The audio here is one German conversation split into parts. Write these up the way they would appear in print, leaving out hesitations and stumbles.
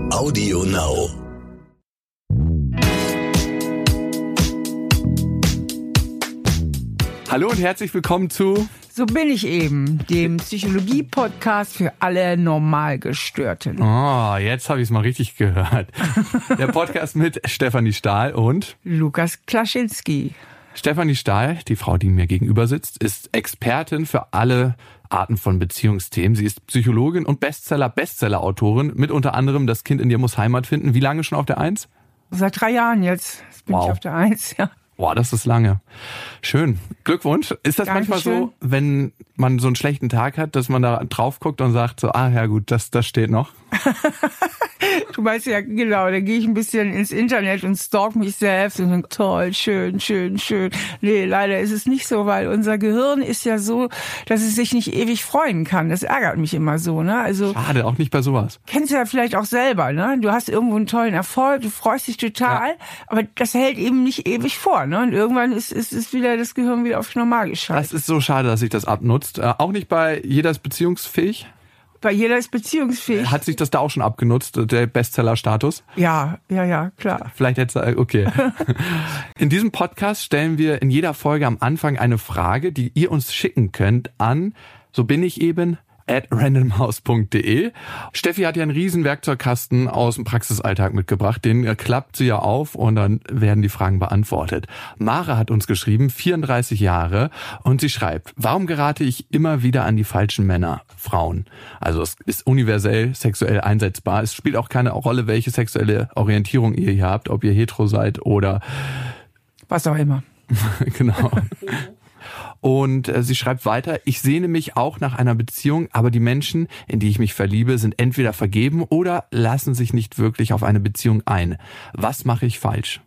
Audio Now. Hallo und herzlich willkommen zu So bin ich eben, dem Psychologie-Podcast für alle Normalgestörten. Oh, jetzt habe ich es mal richtig gehört. Der Podcast mit Stefanie Stahl und Lukas Klaschinski. Stefanie Stahl, die Frau, die mir gegenüber sitzt, ist Expertin für alle Arten von Beziehungsthemen. Sie ist Psychologin und Bestseller-Autorin, mit unter anderem Das Kind in dir muss Heimat finden. Wie lange schon auf der 1? Seit 3 Jahren jetzt bin ich auf der 1, ja. Boah, das ist lange. Schön. Glückwunsch. Ist das manchmal so, wenn man so einen schlechten Tag hat, dass man da drauf guckt und sagt so, ja gut, das steht noch? Du weißt ja, genau, da gehe ich ein bisschen ins Internet und stalk mich selbst und denke, toll, schön. Nee, leider ist es nicht so, weil unser Gehirn ist ja so, dass es sich nicht ewig freuen kann. Das ärgert mich immer so, ne? Also schade, auch nicht bei sowas. Kennst du ja vielleicht auch selber, ne? Du hast irgendwo einen tollen Erfolg, du freust dich total, aber das hält eben nicht ewig vor, ne? Und irgendwann ist wieder das Gehirn wieder auf normal geschaltet. Das ist so schade, dass sich das abnutzt. Auch nicht bei Jeder ist beziehungsfähig? Bei Jeder ist beziehungsfähig. Hat sich das da auch schon abgenutzt, der Bestseller-Status? Ja, klar. Vielleicht jetzt, okay. In diesem Podcast stellen wir in jeder Folge am Anfang eine Frage, die ihr uns schicken könnt an @randomhouse.de. Steffi hat ja einen riesen Werkzeugkasten aus dem Praxisalltag mitgebracht. Den klappt sie ja auf und dann werden die Fragen beantwortet. Mara hat uns geschrieben, 34 Jahre, und sie schreibt: Warum gerate ich immer wieder an die falschen Männer, Frauen? Also es ist universell sexuell einsetzbar. Es spielt auch keine Rolle, welche sexuelle Orientierung ihr hier habt, ob ihr hetero seid oder was auch immer. Genau. Und sie schreibt weiter: Ich sehne mich auch nach einer Beziehung, aber die Menschen, in die ich mich verliebe, sind entweder vergeben oder lassen sich nicht wirklich auf eine Beziehung ein. Was mache ich falsch?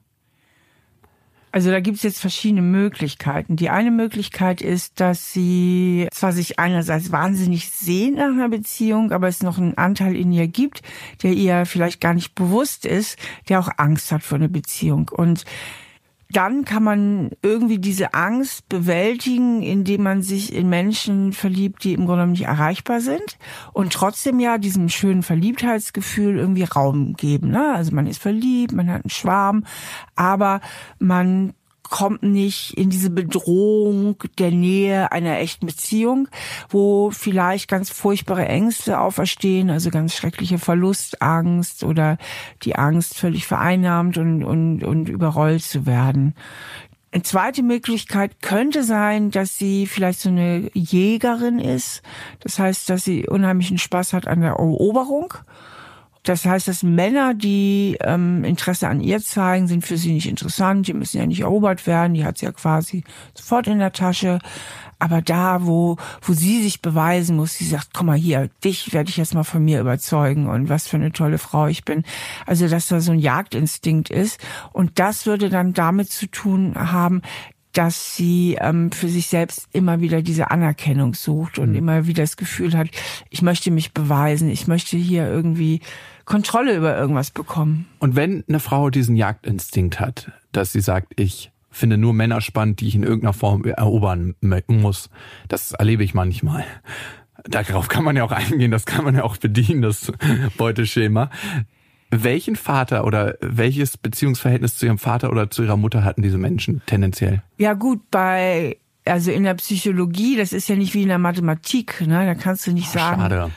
Also da gibt es jetzt verschiedene Möglichkeiten. Die eine Möglichkeit ist, dass sie zwar sich einerseits wahnsinnig sehen nach einer Beziehung, aber es noch einen Anteil in ihr gibt, der ihr vielleicht gar nicht bewusst ist, der auch Angst hat vor einer Beziehung. Und dann kann man irgendwie diese Angst bewältigen, indem man sich in Menschen verliebt, die im Grunde genommen nicht erreichbar sind und trotzdem ja diesem schönen Verliebtheitsgefühl irgendwie Raum geben, ne? Also man ist verliebt, man hat einen Schwarm, aber man kommt nicht in diese Bedrohung der Nähe einer echten Beziehung, wo vielleicht ganz furchtbare Ängste auferstehen, also ganz schreckliche Verlustangst oder die Angst, völlig vereinnahmt und überrollt zu werden. Eine zweite Möglichkeit könnte sein, dass sie vielleicht so eine Jägerin ist. Das heißt, dass sie unheimlichen Spaß hat an der Eroberung. Das heißt, dass Männer, die Interesse an ihr zeigen, sind für sie nicht interessant. Die müssen ja nicht erobert werden. Die hat sie ja quasi sofort in der Tasche. Aber da, wo sie sich beweisen muss, sie sagt, komm mal hier, dich werde ich jetzt mal von mir überzeugen und was für eine tolle Frau ich bin. Also, dass da so ein Jagdinstinkt ist. Und das würde dann damit zu tun haben, dass sie für sich selbst immer wieder diese Anerkennung sucht und immer wieder das Gefühl hat, ich möchte mich beweisen, ich möchte hier irgendwie Kontrolle über irgendwas bekommen. Und wenn eine Frau diesen Jagdinstinkt hat, dass sie sagt, ich finde nur Männer spannend, die ich in irgendeiner Form erobern muss, das erlebe ich manchmal. Darauf kann man ja auch eingehen, das kann man ja auch bedienen, das Beuteschema. Welchen Vater oder welches Beziehungsverhältnis zu ihrem Vater oder zu ihrer Mutter hatten diese Menschen tendenziell? Ja gut, also in der Psychologie, das ist ja nicht wie in der Mathematik, ne? Da kannst du nicht sagen. Schade.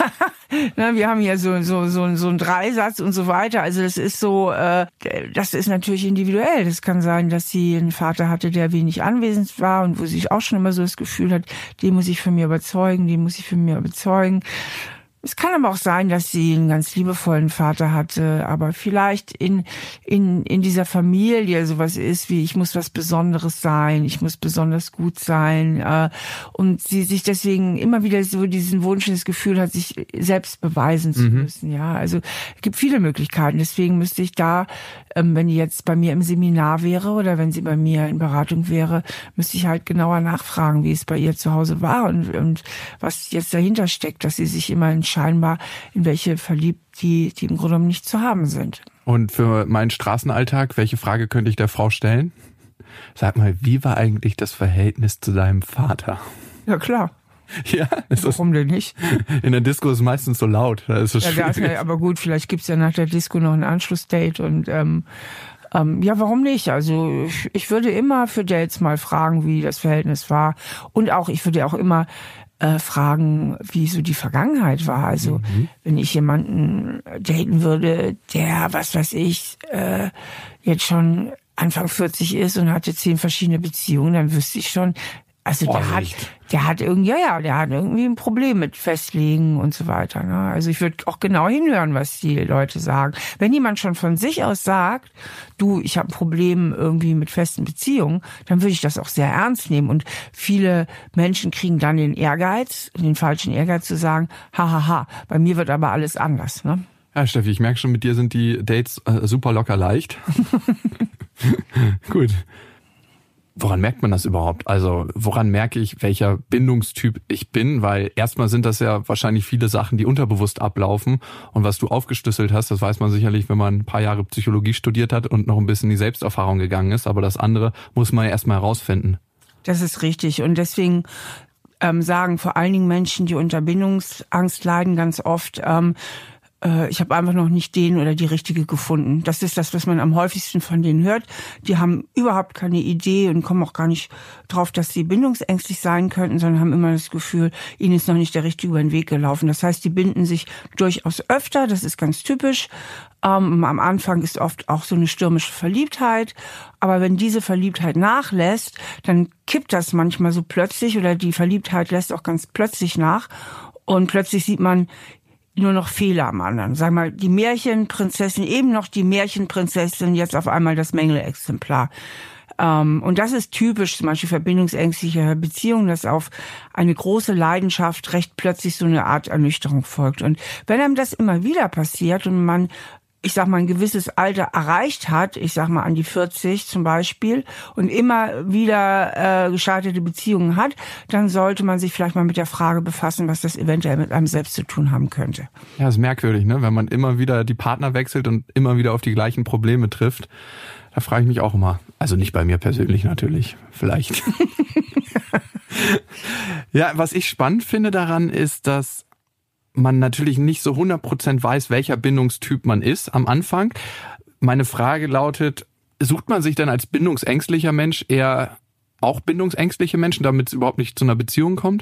Na, wir haben ja so einen Dreisatz und so weiter. Also das ist so, das ist natürlich individuell. Das kann sein, dass sie einen Vater hatte, der wenig anwesend war und wo sie auch schon immer so das Gefühl hat, den muss ich von mir überzeugen, den muss ich von mir überzeugen. Es kann aber auch sein, dass sie einen ganz liebevollen Vater hatte, aber vielleicht in dieser Familie sowas ist wie, ich muss was Besonderes sein, ich muss besonders gut sein, und sie sich deswegen immer wieder so diesen Wunsch und das Gefühl hat, sich selbst beweisen zu müssen, ja. Also es gibt viele Möglichkeiten, deswegen müsste ich da, wenn die jetzt bei mir im Seminar wäre oder wenn sie bei mir in Beratung wäre, müsste ich halt genauer nachfragen, wie es bei ihr zu Hause war und was jetzt dahinter steckt, dass sie sich immer scheinbar in welche verliebt, die im Grunde genommen nicht zu haben sind. Und für meinen Straßenalltag, welche Frage könnte ich der Frau stellen? Sag mal, wie war eigentlich das Verhältnis zu deinem Vater? Ja, klar. Ja, warum denn nicht? In der Disco ist es meistens so laut. Da ist es schwierig. Aber gut, vielleicht gibt's ja nach der Disco noch ein Anschlussdate und ja, warum nicht? Also ich würde immer für Dates mal fragen, wie das Verhältnis war. Und auch, ich würde auch immer fragen, wie so die Vergangenheit war. Also wenn ich jemanden daten würde, der, was weiß ich, jetzt schon Anfang 40 ist und hatte 10 verschiedene Beziehungen, dann wüsste ich schon, also der hat irgendwie ein Problem mit Festlegen und so weiter. Ne? Also ich würde auch genau hinhören, was die Leute sagen. Wenn jemand schon von sich aus sagt, du, ich habe ein Problem irgendwie mit festen Beziehungen, dann würde ich das auch sehr ernst nehmen. Und viele Menschen kriegen dann den falschen Ehrgeiz zu sagen, hahaha, bei mir wird aber alles anders. Ne? Ja, Steffi, ich merke schon, mit dir sind die Dates super locker leicht. Gut. Woran merkt man das überhaupt? Also woran merke ich, welcher Bindungstyp ich bin? Weil erstmal sind das ja wahrscheinlich viele Sachen, die unterbewusst ablaufen. Und was du aufgeschlüsselt hast, das weiß man sicherlich, wenn man ein paar Jahre Psychologie studiert hat und noch ein bisschen in die Selbsterfahrung gegangen ist. Aber das andere muss man ja erstmal herausfinden. Das ist richtig. Und deswegen sagen vor allen Dingen Menschen, die unter Bindungsangst leiden, ganz oft, ich habe einfach noch nicht den oder die richtige gefunden. Das ist das, was man am häufigsten von denen hört. Die haben überhaupt keine Idee und kommen auch gar nicht drauf, dass sie bindungsängstlich sein könnten, sondern haben immer das Gefühl, ihnen ist noch nicht der Richtige über den Weg gelaufen. Das heißt, die binden sich durchaus öfter, das ist ganz typisch. Am Anfang ist oft auch so eine stürmische Verliebtheit. Aber wenn diese Verliebtheit nachlässt, dann kippt das manchmal so plötzlich oder die Verliebtheit lässt auch ganz plötzlich nach. Und plötzlich sieht man nur noch Fehler am anderen. Sag mal, die Märchenprinzessin, eben noch die Märchenprinzessin, jetzt auf einmal das Mängelexemplar. Und das ist typisch zum Beispiel für bindungsängstliche Beziehungen, dass auf eine große Leidenschaft recht plötzlich so eine Art Ernüchterung folgt. Und wenn einem das immer wieder passiert und man, ich sag mal, ein gewisses Alter erreicht hat, ich sag mal an die 40 zum Beispiel, und immer wieder gescheiterte Beziehungen hat, dann sollte man sich vielleicht mal mit der Frage befassen, was das eventuell mit einem selbst zu tun haben könnte. Ja, das ist merkwürdig, ne? Wenn man immer wieder die Partner wechselt und immer wieder auf die gleichen Probleme trifft. Da frage ich mich auch immer. Also nicht bei mir persönlich natürlich, vielleicht. Ja, was ich spannend finde daran ist, dass man natürlich nicht so 100% weiß, welcher Bindungstyp man ist am Anfang. Meine Frage lautet, sucht man sich dann als bindungsängstlicher Mensch eher auch bindungsängstliche Menschen, damit es überhaupt nicht zu einer Beziehung kommt?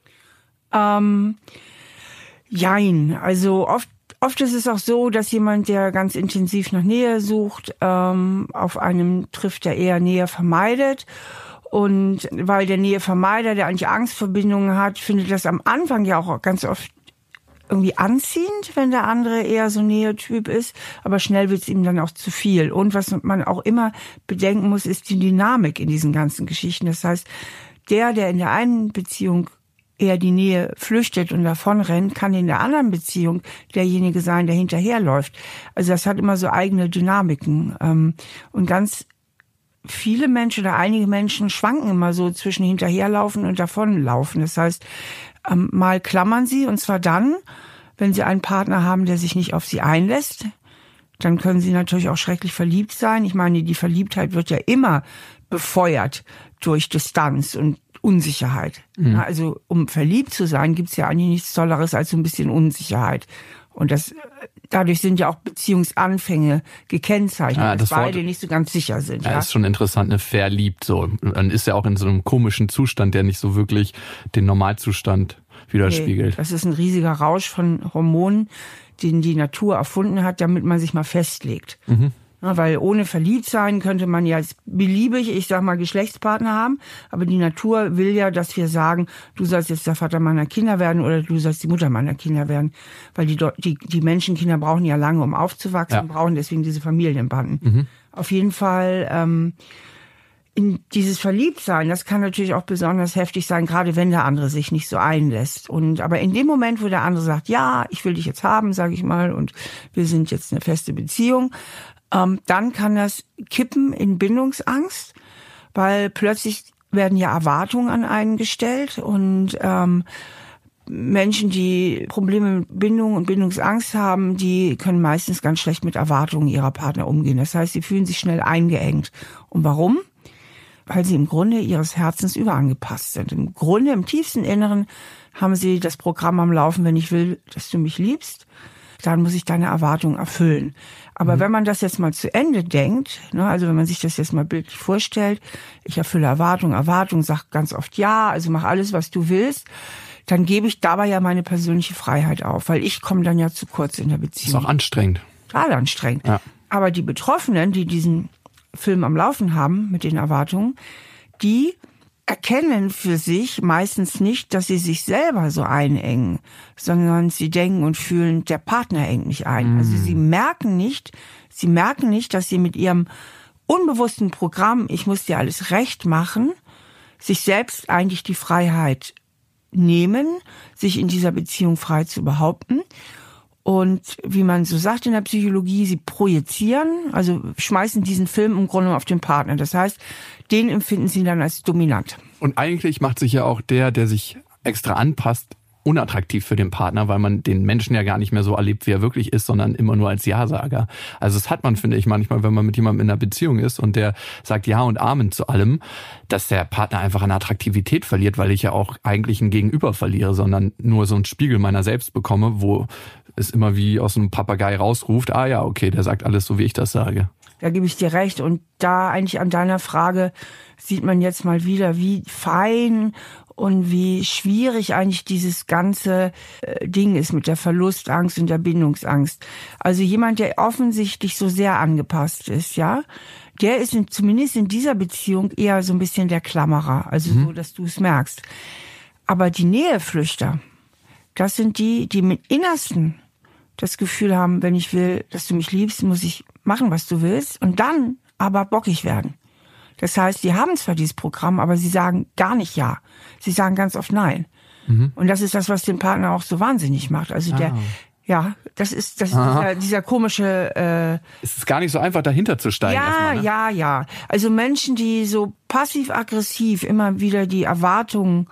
Jein. Also oft ist es auch so, dass jemand, der ganz intensiv nach Nähe sucht, auf einem trifft, der eher Nähe vermeidet. Und weil der Nähevermeider, der eigentlich Angst vor Bindungen hat, findet das am Anfang ja auch ganz oft irgendwie anziehend, wenn der andere eher so Nähetyp ist, aber schnell wird es ihm dann auch zu viel. Und was man auch immer bedenken muss, ist die Dynamik in diesen ganzen Geschichten. Das heißt, der in der einen Beziehung eher die Nähe flüchtet und davonrennt, kann in der anderen Beziehung derjenige sein, der hinterherläuft. Also das hat immer so eigene Dynamiken. Und ganz viele Menschen oder einige Menschen schwanken immer so zwischen hinterherlaufen und davonlaufen. Das heißt, mal klammern sie, und zwar dann, wenn sie einen Partner haben, der sich nicht auf sie einlässt. Dann können sie natürlich auch schrecklich verliebt sein. Ich meine, die Verliebtheit wird ja immer befeuert durch Distanz und Unsicherheit. Mhm. Also um verliebt zu sein, gibt's ja eigentlich nichts Tolleres als so ein bisschen Unsicherheit. Und dadurch sind ja auch Beziehungsanfänge gekennzeichnet, dass beide nicht so ganz sicher sind. Ja, ist schon interessant, ne, verliebt so. Man ist ja auch in so einem komischen Zustand, der nicht so wirklich den Normalzustand widerspiegelt. Nee, das ist ein riesiger Rausch von Hormonen, den die Natur erfunden hat, damit man sich mal festlegt. Mhm. Ja, weil ohne verliebt sein könnte man ja beliebig, ich sag mal, Geschlechtspartner haben. Aber die Natur will ja, dass wir sagen, du sollst jetzt der Vater meiner Kinder werden oder du sollst die Mutter meiner Kinder werden. Weil die Menschenkinder brauchen ja lange, um aufzuwachsen, ja, brauchen deswegen diese Familienbanden. Mhm. Auf jeden Fall, in dieses Verliebtsein, das kann natürlich auch besonders heftig sein, gerade wenn der andere sich nicht so einlässt. Aber in dem Moment, wo der andere sagt, ja, ich will dich jetzt haben, sage ich mal, und wir sind jetzt eine feste Beziehung, dann kann das kippen in Bindungsangst, weil plötzlich werden ja Erwartungen an einen gestellt und Menschen, die Probleme mit Bindung und Bindungsangst haben, die können meistens ganz schlecht mit Erwartungen ihrer Partner umgehen. Das heißt, sie fühlen sich schnell eingeengt. Und warum? weil sie im Grunde ihres Herzens überangepasst sind. Im Grunde, im tiefsten Inneren haben sie das Programm am Laufen, wenn ich will, dass du mich liebst, dann muss ich deine Erwartungen erfüllen. Aber wenn man das jetzt mal zu Ende denkt, ne, also wenn man sich das jetzt mal bildlich vorstellt, ich erfülle Erwartung, sag ganz oft ja, also mach alles, was du willst, dann gebe ich dabei ja meine persönliche Freiheit auf, weil ich komme dann ja zu kurz in der Beziehung. Ist auch anstrengend. Total anstrengend. Ja. Aber die Betroffenen, die diesen Film am Laufen haben mit den Erwartungen, die erkennen für sich meistens nicht, dass sie sich selber so einengen, sondern sie denken und fühlen, der Partner engt mich ein. Also sie merken nicht, dass sie mit ihrem unbewussten Programm, ich muss dir alles recht machen, sich selbst eigentlich die Freiheit nehmen, sich in dieser Beziehung frei zu behaupten. Und wie man so sagt in der Psychologie, sie projizieren, also schmeißen diesen Film im Grunde auf den Partner. Das heißt, den empfinden sie dann als dominant. Und eigentlich macht sich ja auch der sich extra anpasst, unattraktiv für den Partner, weil man den Menschen ja gar nicht mehr so erlebt, wie er wirklich ist, sondern immer nur als Ja-Sager. Also das hat man, finde ich, manchmal, wenn man mit jemandem in einer Beziehung ist und der sagt Ja und Amen zu allem, dass der Partner einfach an Attraktivität verliert, weil ich ja auch eigentlich ein Gegenüber verliere, sondern nur so einen Spiegel meiner selbst bekomme, wo es immer wie aus einem Papagei rausruft, ah ja, okay, der sagt alles so, wie ich das sage. Da gebe ich dir recht. Und da eigentlich an deiner Frage sieht man jetzt mal wieder, wie fein und wie schwierig eigentlich dieses ganze Ding ist mit der Verlustangst und der Bindungsangst. Also jemand, der offensichtlich so sehr angepasst ist, ja, der ist zumindest in dieser Beziehung eher so ein bisschen der Klammerer, also so, dass du es merkst. Aber die Näheflüchter, das sind die mit Innersten das Gefühl haben, wenn ich will, dass du mich liebst, muss ich machen, was du willst und dann aber bockig werden. Das heißt, die haben zwar dieses Programm, aber sie sagen gar nicht ja. Sie sagen ganz oft nein. Und das ist das, was den Partner auch so wahnsinnig macht. Also das ist dieser komische... Es ist gar nicht so einfach, dahinter zu steigen. Ja, erstmal, ne? ja. Also Menschen, die so passiv-aggressiv immer wieder die Erwartungen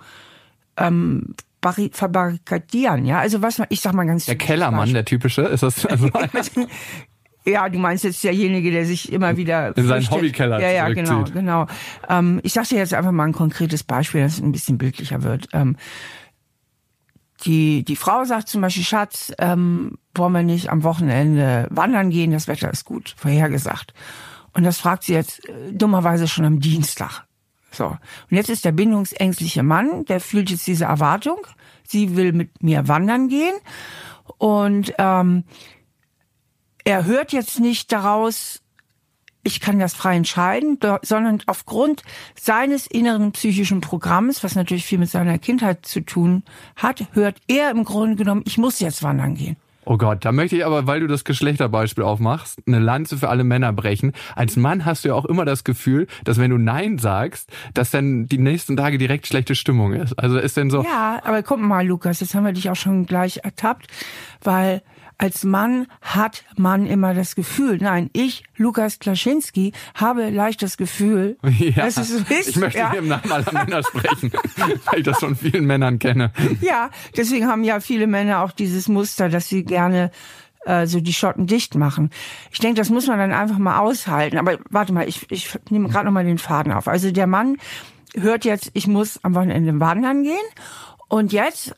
verbarrikadieren, ja. Also ich sag mal ganz... Der Kellermann, der typische, ist das... Also ja, du meinst jetzt derjenige, der sich immer wieder... in seinen Hobbykeller zurückzieht. Genau. Ich sag dir jetzt einfach mal ein konkretes Beispiel, dass es ein bisschen bildlicher wird. Die Frau sagt zum Beispiel, Schatz, wollen wir nicht am Wochenende wandern gehen, das Wetter ist gut, vorhergesagt. Und das fragt sie jetzt dummerweise schon am Dienstag. So. Und jetzt ist der bindungsängstliche Mann, der fühlt jetzt diese Erwartung. Sie will mit mir wandern gehen. Und er hört jetzt nicht daraus, ich kann das frei entscheiden, sondern aufgrund seines inneren psychischen Programms, was natürlich viel mit seiner Kindheit zu tun hat, hört er im Grunde genommen, ich muss jetzt wandern gehen. Oh Gott, da möchte ich aber, weil du das Geschlechterbeispiel aufmachst, eine Lanze für alle Männer brechen. Als Mann hast du ja auch immer das Gefühl, dass wenn du Nein sagst, dass dann die nächsten Tage direkt schlechte Stimmung ist. Also ist denn so... Ja, aber guck mal, Lukas, jetzt haben wir dich auch schon gleich ertappt, weil als Mann hat man immer das Gefühl, nein, ich, Lukas Klaschinski, habe leicht das Gefühl, dass es so ist. Ich möchte hier im Namen aller Männer sprechen, weil ich das von vielen Männern kenne. Ja, deswegen haben ja viele Männer auch dieses Muster, dass sie gerne so die Schotten dicht machen. Ich denke, das muss man dann einfach mal aushalten. Aber warte mal, ich nehme gerade noch mal den Faden auf. Also der Mann hört jetzt, ich muss am Wochenende wandern gehen und jetzt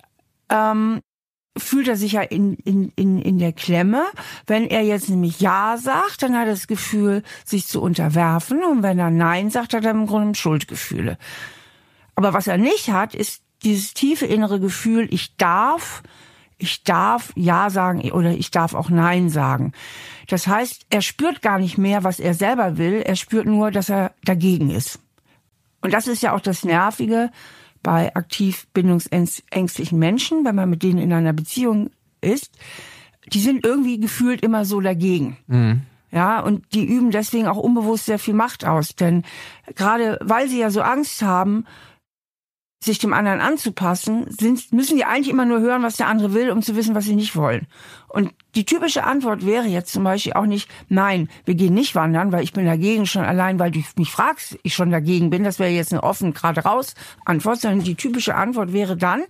fühlt er sich ja in der Klemme. Wenn er jetzt nämlich Ja sagt, dann hat er das Gefühl, sich zu unterwerfen. Und wenn er Nein sagt, hat er im Grunde Schuldgefühle. Aber was er nicht hat, ist dieses tiefe innere Gefühl, ich darf Ja sagen oder ich darf auch Nein sagen. Das heißt, er spürt gar nicht mehr, was er selber will. Er spürt nur, dass er dagegen ist. Und das ist ja auch das Nervige bei aktiv bindungsängstlichen Menschen, wenn man mit denen in einer Beziehung ist, die sind irgendwie gefühlt immer so dagegen. Mhm. Ja, und die üben deswegen auch unbewusst sehr viel Macht aus. Denn gerade weil sie ja so Angst haben, sich dem anderen anzupassen, müssen die eigentlich immer nur hören, was der andere will, um zu wissen, was sie nicht wollen. Und die typische Antwort wäre jetzt zum Beispiel auch nicht, nein, wir gehen nicht wandern, weil ich bin dagegen, schon allein, weil du mich fragst, ich schon dagegen bin. Das wäre jetzt eine offen gerade raus Antwort, sondern die typische Antwort wäre dann,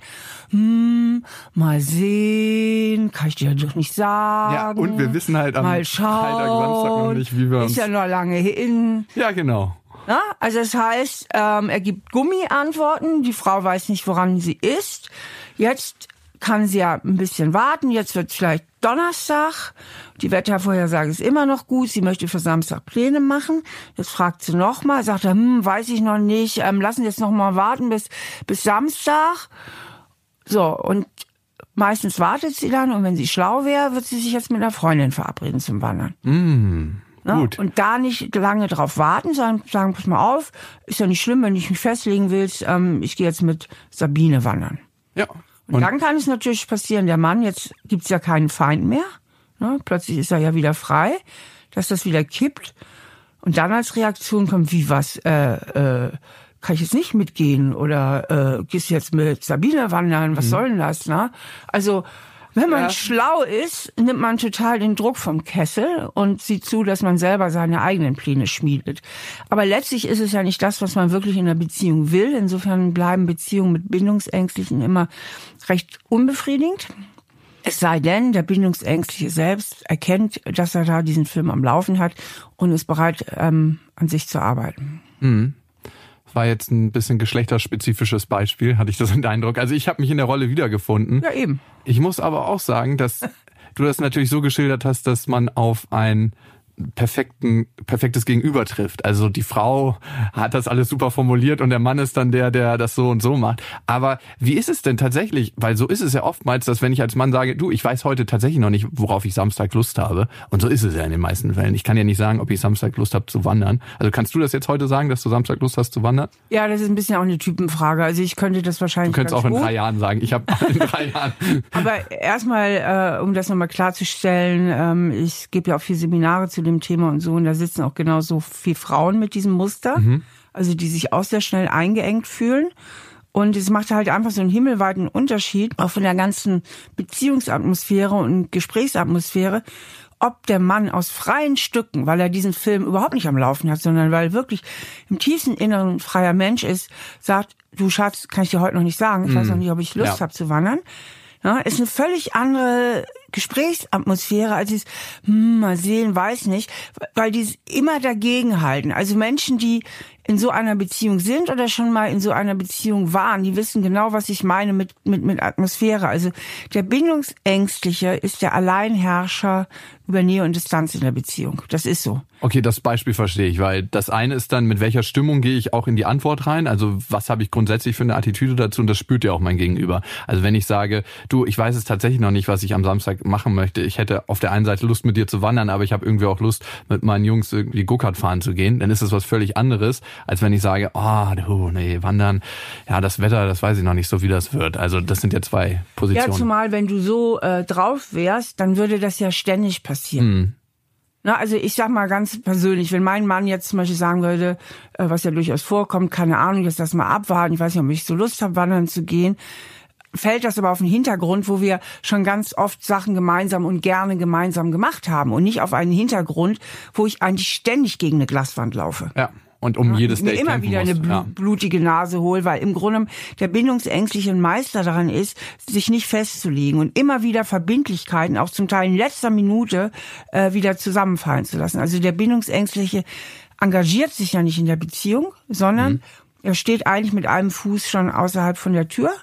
mal sehen, kann ich dir doch nicht sagen. Ja, und wir wissen halt am Freitag, Samstag noch nicht, wie wir uns... Ist ja noch lange hin. Ja, genau. Na, also das heißt, er gibt Gummiantworten, die Frau weiß nicht, woran sie ist. Jetzt kann sie ja ein bisschen warten, jetzt wird vielleicht Donnerstag. Die Wettervorhersage ist immer noch gut, sie möchte für Samstag Pläne machen. Jetzt fragt sie nochmal, sagt er, weiß ich noch nicht, lassen Sie jetzt noch mal warten bis Samstag. So, und meistens wartet sie dann und wenn sie schlau wäre, wird sie sich jetzt mit einer Freundin verabreden zum Wandern. Gut. Und da nicht lange drauf warten, sondern sagen, pass mal auf, ist ja nicht schlimm, wenn du mich festlegen willst, ich gehe jetzt mit Sabine wandern. Ja. Und dann kann es natürlich passieren, der Mann, jetzt gibt's ja keinen Feind mehr, ne? Plötzlich ist er ja wieder frei, dass das wieder kippt. Und dann als Reaktion kommt, wie was, kann ich jetzt nicht mitgehen oder gehst jetzt mit Sabine wandern, was soll denn das, ne? Also, wenn man schlau ist, nimmt man total den Druck vom Kessel und sieht zu, dass man selber seine eigenen Pläne schmiedet. Aber letztlich ist es ja nicht das, was man wirklich in einer Beziehung will. Insofern bleiben Beziehungen mit Bindungsängstlichen immer recht unbefriedigend. Es sei denn, der Bindungsängstliche selbst erkennt, dass er da diesen Film am Laufen hat und ist bereit, an sich zu arbeiten. War jetzt ein bisschen geschlechterspezifisches Beispiel, hatte ich das den Eindruck. Also ich habe mich in der Rolle wiedergefunden. Ja, eben. Ich muss aber auch sagen, dass du das natürlich so geschildert hast, dass man auf ein perfektes Gegenüber trifft. Also die Frau hat das alles super formuliert und der Mann ist dann der das so und so macht. Aber wie ist es denn tatsächlich? Weil so ist es ja oftmals, dass wenn ich als Mann sage, du, ich weiß heute tatsächlich noch nicht, worauf ich Samstag Lust habe. Und so ist es ja in den meisten Fällen. Ich kann ja nicht sagen, ob ich Samstag Lust habe zu wandern. Also kannst du das jetzt heute sagen, dass du Samstag Lust hast zu wandern? Ja, das ist ein bisschen auch eine Typenfrage. Also ich könnte das wahrscheinlich. Du könntest auch in 3 Jahren sagen. Ich habe in 3 Jahren. Aber erstmal, um das nochmal klarzustellen, ich gebe ja auch viele Seminare zu dem Thema und so, und da sitzen auch genauso viele Frauen mit diesem Muster, also die sich auch sehr schnell eingeengt fühlen. Und es macht halt einfach so einen himmelweiten Unterschied, auch von der ganzen Beziehungsatmosphäre und Gesprächsatmosphäre, ob der Mann aus freien Stücken, weil er diesen Film überhaupt nicht am Laufen hat, sondern weil wirklich im tiefsten Inneren ein freier Mensch ist, sagt, du Schatz, kann ich dir heute noch nicht sagen, ich weiß noch nicht, ob ich Lust habe zu wandern. Ja, ist eine völlig andere Gesprächsatmosphäre, als es, mal sehen, weiß nicht, weil die immer dagegen halten. Also Menschen, die in so einer Beziehung sind oder schon mal in so einer Beziehung waren, die wissen genau, was ich meine mit Atmosphäre. Also der Bindungsängstliche ist der Alleinherrscher über Nähe und Distanz in der Beziehung. Das ist so. Okay, das Beispiel verstehe ich, weil das eine ist dann, mit welcher Stimmung gehe ich auch in die Antwort rein? Also was habe ich grundsätzlich für eine Attitüde dazu? Und das spürt ja auch mein Gegenüber. Also wenn ich sage, du, ich weiß es tatsächlich noch nicht, was ich am Samstag machen möchte. Ich hätte auf der einen Seite Lust, mit dir zu wandern, aber ich habe irgendwie auch Lust, mit meinen Jungs irgendwie Go-Kart fahren zu gehen. Dann ist es was völlig anderes, als wenn ich sage, wandern, ja, das Wetter, das weiß ich noch nicht so, wie das wird. Also das sind ja 2 Positionen. Ja, zumal wenn du so drauf wärst, dann würde das ja ständig passieren. Na, also ich sag mal ganz persönlich, wenn mein Mann jetzt zum Beispiel sagen würde, was ja durchaus vorkommt, keine Ahnung, jetzt lass mal abwarten, ich weiß nicht, ob ich so Lust habe, wandern zu gehen, fällt das aber auf den Hintergrund, wo wir schon ganz oft Sachen gemeinsam und gerne gemeinsam gemacht haben und nicht auf einen Hintergrund, wo ich eigentlich ständig gegen eine Glaswand laufe. Ja. Und jedes Date immer wieder eine blutige Nase hole, weil im Grunde der bindungsängstliche Meister daran ist, sich nicht festzulegen und immer wieder Verbindlichkeiten, auch zum Teil in letzter Minute, wieder zusammenfallen zu lassen. Also der Bindungsängstliche engagiert sich ja nicht in der Beziehung, sondern er steht eigentlich mit einem Fuß schon außerhalb von der Tür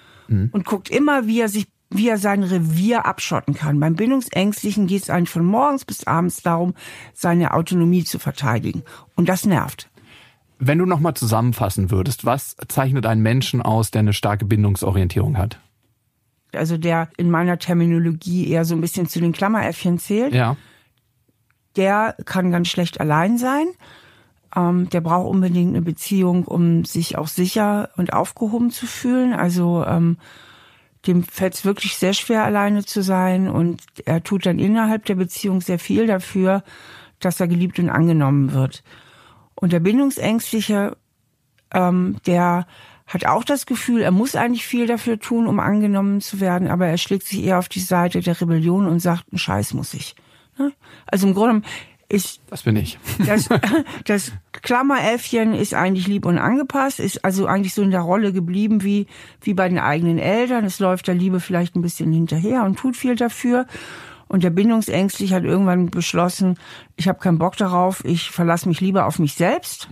und guckt immer, wie er sein Revier abschotten kann. Beim Bindungsängstlichen geht es eigentlich von morgens bis abends darum, seine Autonomie zu verteidigen. Und das nervt. Wenn du nochmal zusammenfassen würdest, was zeichnet einen Menschen aus, der eine starke Bindungsorientierung hat? Also der in meiner Terminologie eher so ein bisschen zu den Klammeräffchen zählt. Ja. Der kann ganz schlecht allein sein. Der braucht unbedingt eine Beziehung, um sich auch sicher und aufgehoben zu fühlen. Also dem fällt es wirklich sehr schwer, alleine zu sein. Und er tut dann innerhalb der Beziehung sehr viel dafür, dass er geliebt und angenommen wird. Und der Bindungsängstliche, der hat auch das Gefühl, er muss eigentlich viel dafür tun, um angenommen zu werden, aber er schlägt sich eher auf die Seite der Rebellion und sagt, einen Scheiß muss ich. Also im Grunde ist... Das bin ich. Das Klammeräffchen ist eigentlich lieb und angepasst, ist also eigentlich so in der Rolle geblieben wie bei den eigenen Eltern. Es läuft der Liebe vielleicht ein bisschen hinterher und tut viel dafür. Und der Bindungsängstliche hat irgendwann beschlossen, ich habe keinen Bock darauf, ich verlasse mich lieber auf mich selbst.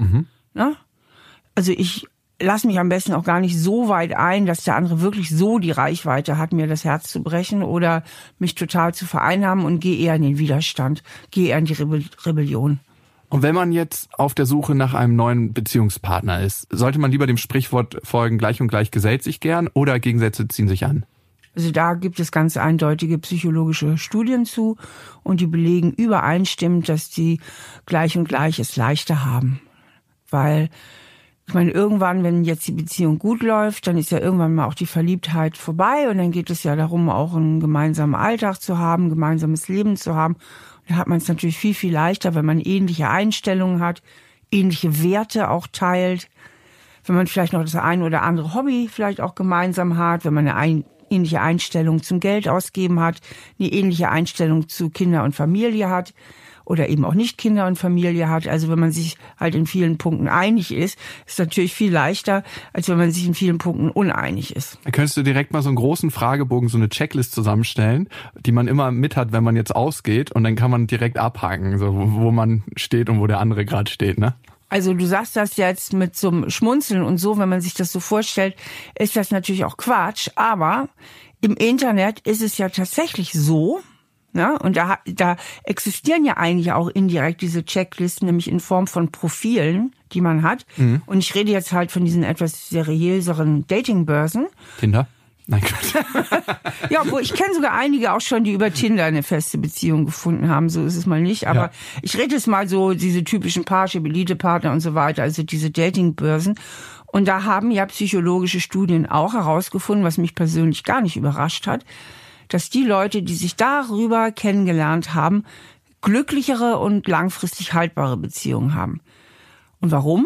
Ne? Also ich lasse mich am besten auch gar nicht so weit ein, dass der andere wirklich so die Reichweite hat, mir das Herz zu brechen oder mich total zu vereinnahmen, und gehe eher in den Widerstand, gehe eher in die Rebellion. Und wenn man jetzt auf der Suche nach einem neuen Beziehungspartner ist, sollte man lieber dem Sprichwort folgen, gleich und gleich gesellt sich gern, oder Gegensätze ziehen sich an? Also da gibt es ganz eindeutige psychologische Studien zu, und die belegen übereinstimmend, dass die gleich und gleich es leichter haben. Weil ich meine, irgendwann, wenn jetzt die Beziehung gut läuft, dann ist ja irgendwann mal auch die Verliebtheit vorbei, und dann geht es ja darum, auch einen gemeinsamen Alltag zu haben, ein gemeinsames Leben zu haben. Und da hat man es natürlich viel, viel leichter, wenn man ähnliche Einstellungen hat, ähnliche Werte auch teilt, wenn man vielleicht noch das ein oder andere Hobby vielleicht auch gemeinsam hat, wenn man eine ähnliche Einstellung zum Geld ausgeben hat, eine ähnliche Einstellung zu Kinder und Familie hat. Oder eben auch nicht Kinder und Familie hat. Also wenn man sich halt in vielen Punkten einig ist, ist natürlich viel leichter, als wenn man sich in vielen Punkten uneinig ist. Da könntest du direkt mal so einen großen Fragebogen, so eine Checklist zusammenstellen, die man immer mit hat, wenn man jetzt ausgeht, und dann kann man direkt abhaken, so wo man steht und wo der andere gerade steht, ne? Also du sagst das jetzt mit so einem Schmunzeln und so, wenn man sich das so vorstellt, ist das natürlich auch Quatsch. Aber im Internet ist es ja tatsächlich so, ja, und da existieren ja eigentlich auch indirekt diese Checklisten, nämlich in Form von Profilen, die man hat. Mhm. Und ich rede jetzt halt von diesen etwas seriöseren Datingbörsen. Tinder? Nein, Gott. Ja, obwohl ich kenne sogar einige auch schon, die über Tinder eine feste Beziehung gefunden haben. So ist es mal nicht. Aber ich rede jetzt mal so diese typischen Parship, Elite-Partner und so weiter, also diese Datingbörsen. Und da haben ja psychologische Studien auch herausgefunden, was mich persönlich gar nicht überrascht hat, dass die Leute, die sich darüber kennengelernt haben, glücklichere und langfristig haltbare Beziehungen haben. Und warum?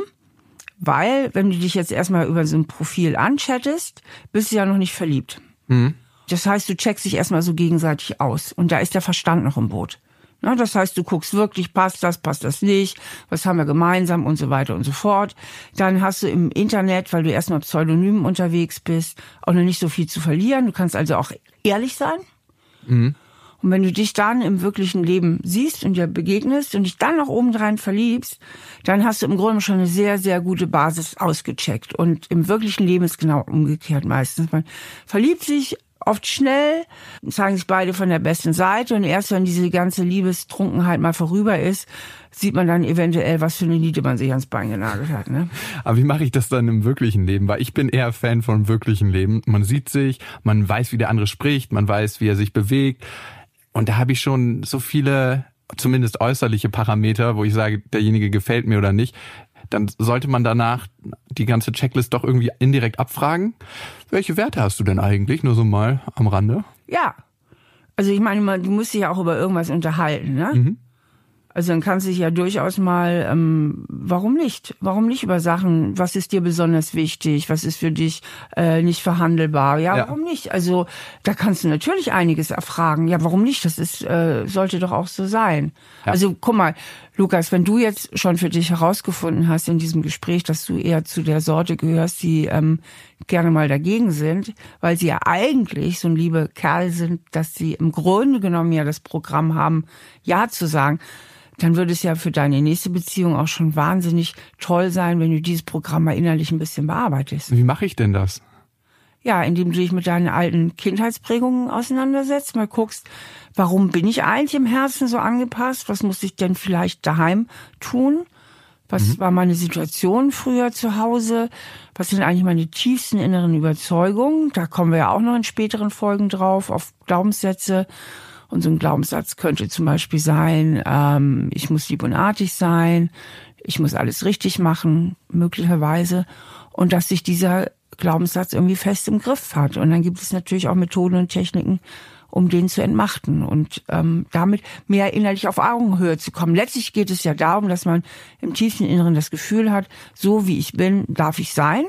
Weil, wenn du dich jetzt erstmal über so ein Profil anchattest, bist du ja noch nicht verliebt. Mhm. Das heißt, du checkst dich erstmal so gegenseitig aus. Und da ist der Verstand noch im Boot. Na, das heißt, du guckst wirklich, passt das nicht, was haben wir gemeinsam und so weiter und so fort. Dann hast du im Internet, weil du erstmal pseudonym unterwegs bist, auch noch nicht so viel zu verlieren. Du kannst also auch ehrlich sein. Mhm. Und wenn du dich dann im wirklichen Leben siehst und dir begegnest und dich dann noch obendrein verliebst, dann hast du im Grunde schon eine sehr, sehr gute Basis ausgecheckt. Und im wirklichen Leben ist genau umgekehrt meistens. Man verliebt sich oft schnell, zeigen sich beide von der besten Seite, und erst wenn diese ganze Liebestrunkenheit mal vorüber ist, sieht man dann eventuell, was für eine Niete man sich ans Bein genagelt hat. Ne? Aber wie mache ich das dann im wirklichen Leben? Weil ich bin eher Fan von wirklichen Leben. Man sieht sich, man weiß, wie der andere spricht, man weiß, wie er sich bewegt. Und da habe ich schon so viele, zumindest äußerliche Parameter, wo ich sage, derjenige gefällt mir oder nicht. Dann sollte man danach die ganze Checklist doch irgendwie indirekt abfragen. Welche Werte hast du denn eigentlich? Nur so mal am Rande. Ja, also ich meine, du musst dich ja auch über irgendwas unterhalten, ne? Mhm. Also dann kannst du dich ja durchaus mal, warum nicht? Warum nicht über Sachen, was ist dir besonders wichtig, was ist für dich nicht verhandelbar? Ja, warum nicht? Also da kannst du natürlich einiges erfragen. Ja, warum nicht? Das ist sollte doch auch so sein. Ja. Also guck mal, Lukas, wenn du jetzt schon für dich herausgefunden hast in diesem Gespräch, dass du eher zu der Sorte gehörst, die gerne mal dagegen sind, weil sie ja eigentlich so ein liebe Kerl sind, dass sie im Grunde genommen ja das Programm haben, Ja zu sagen, dann würde es ja für deine nächste Beziehung auch schon wahnsinnig toll sein, wenn du dieses Programm mal innerlich ein bisschen bearbeitest. Wie mache ich denn das? Ja, indem du dich mit deinen alten Kindheitsprägungen auseinandersetzt, mal guckst, warum bin ich eigentlich im Herzen so angepasst? Was muss ich denn vielleicht daheim tun? Was war meine Situation früher zu Hause? Was sind eigentlich meine tiefsten inneren Überzeugungen? Da kommen wir ja auch noch in späteren Folgen drauf, auf Glaubenssätze. Und so ein Glaubenssatz könnte zum Beispiel sein, ich muss lieb und artig sein, ich muss alles richtig machen, möglicherweise. Und dass sich dieser Glaubenssatz irgendwie fest im Griff hat. Und dann gibt es natürlich auch Methoden und Techniken, um den zu entmachten und damit mehr innerlich auf Augenhöhe zu kommen. Letztlich geht es ja darum, dass man im tiefsten Inneren das Gefühl hat, so wie ich bin, darf ich sein.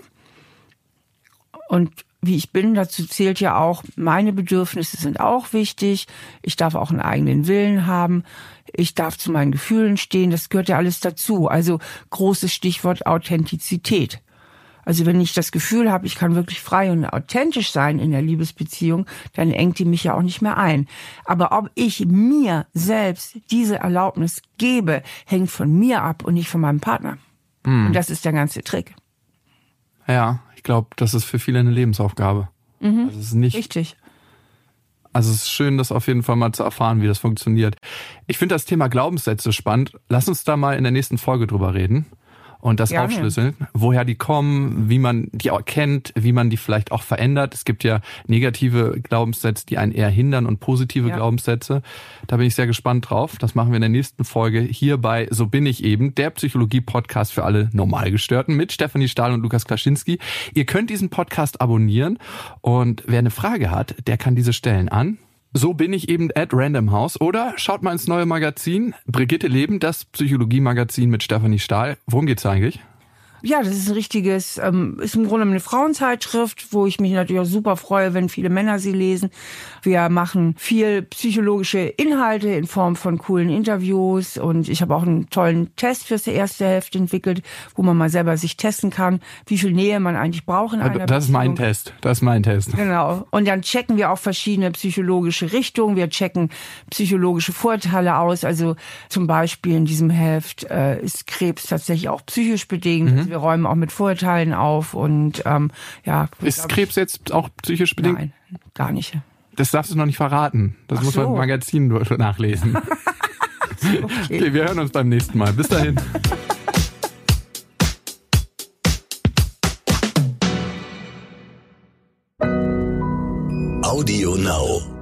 Und wie ich bin, dazu zählt ja auch, meine Bedürfnisse sind auch wichtig. Ich darf auch einen eigenen Willen haben. Ich darf zu meinen Gefühlen stehen. Das gehört ja alles dazu. Also großes Stichwort Authentizität. Also wenn ich das Gefühl habe, ich kann wirklich frei und authentisch sein in der Liebesbeziehung, dann engt die mich ja auch nicht mehr ein. Aber ob ich mir selbst diese Erlaubnis gebe, hängt von mir ab und nicht von meinem Partner. Und das ist der ganze Trick. Ja, ich glaube, das ist für viele eine Lebensaufgabe. Also es ist nicht Richtig. Also es ist schön, das auf jeden Fall mal zu erfahren, wie das funktioniert. Ich finde das Thema Glaubenssätze spannend. Lass uns da mal in der nächsten Folge drüber reden und das Gerne. aufschlüsseln, woher die kommen, wie man die auch kennt, wie man die vielleicht auch verändert. Es gibt ja negative Glaubenssätze, die einen eher hindern und positive Glaubenssätze. Da bin ich sehr gespannt drauf. Das machen wir in der nächsten Folge hier bei So bin ich eben, der Psychologie-Podcast für alle Normalgestörten mit Stefanie Stahl und Lukas Klaschinski. Ihr könnt diesen Podcast abonnieren und wer eine Frage hat, der kann diese stellen an So bin ich eben @Random House oder schaut mal ins neue Magazin Brigitte Leben, das Psychologie-Magazin mit Stefanie Stahl. Worum geht's eigentlich? Ja, das ist ein richtiges, ist im Grunde eine Frauenzeitschrift, wo ich mich natürlich auch super freue, wenn viele Männer sie lesen. Wir machen viel psychologische Inhalte in Form von coolen Interviews und ich habe auch einen tollen Test fürs erste Heft entwickelt, wo man mal selber sich testen kann, wie viel Nähe man eigentlich braucht in einer Das ist mein Beziehung. Test. Genau. Und dann checken wir auch verschiedene psychologische Richtungen. Wir checken psychologische Vorteile aus. Also zum Beispiel in diesem Heft ist Krebs tatsächlich auch psychisch bedingt. Also wir räumen auch mit Vorurteilen auf und Ist Krebs jetzt auch psychisch bedingt? Nein, gar nicht. Das darfst du noch nicht verraten. Das muss man im Magazin nachlesen. Okay, wir hören uns beim nächsten Mal. Bis dahin. Audio Now.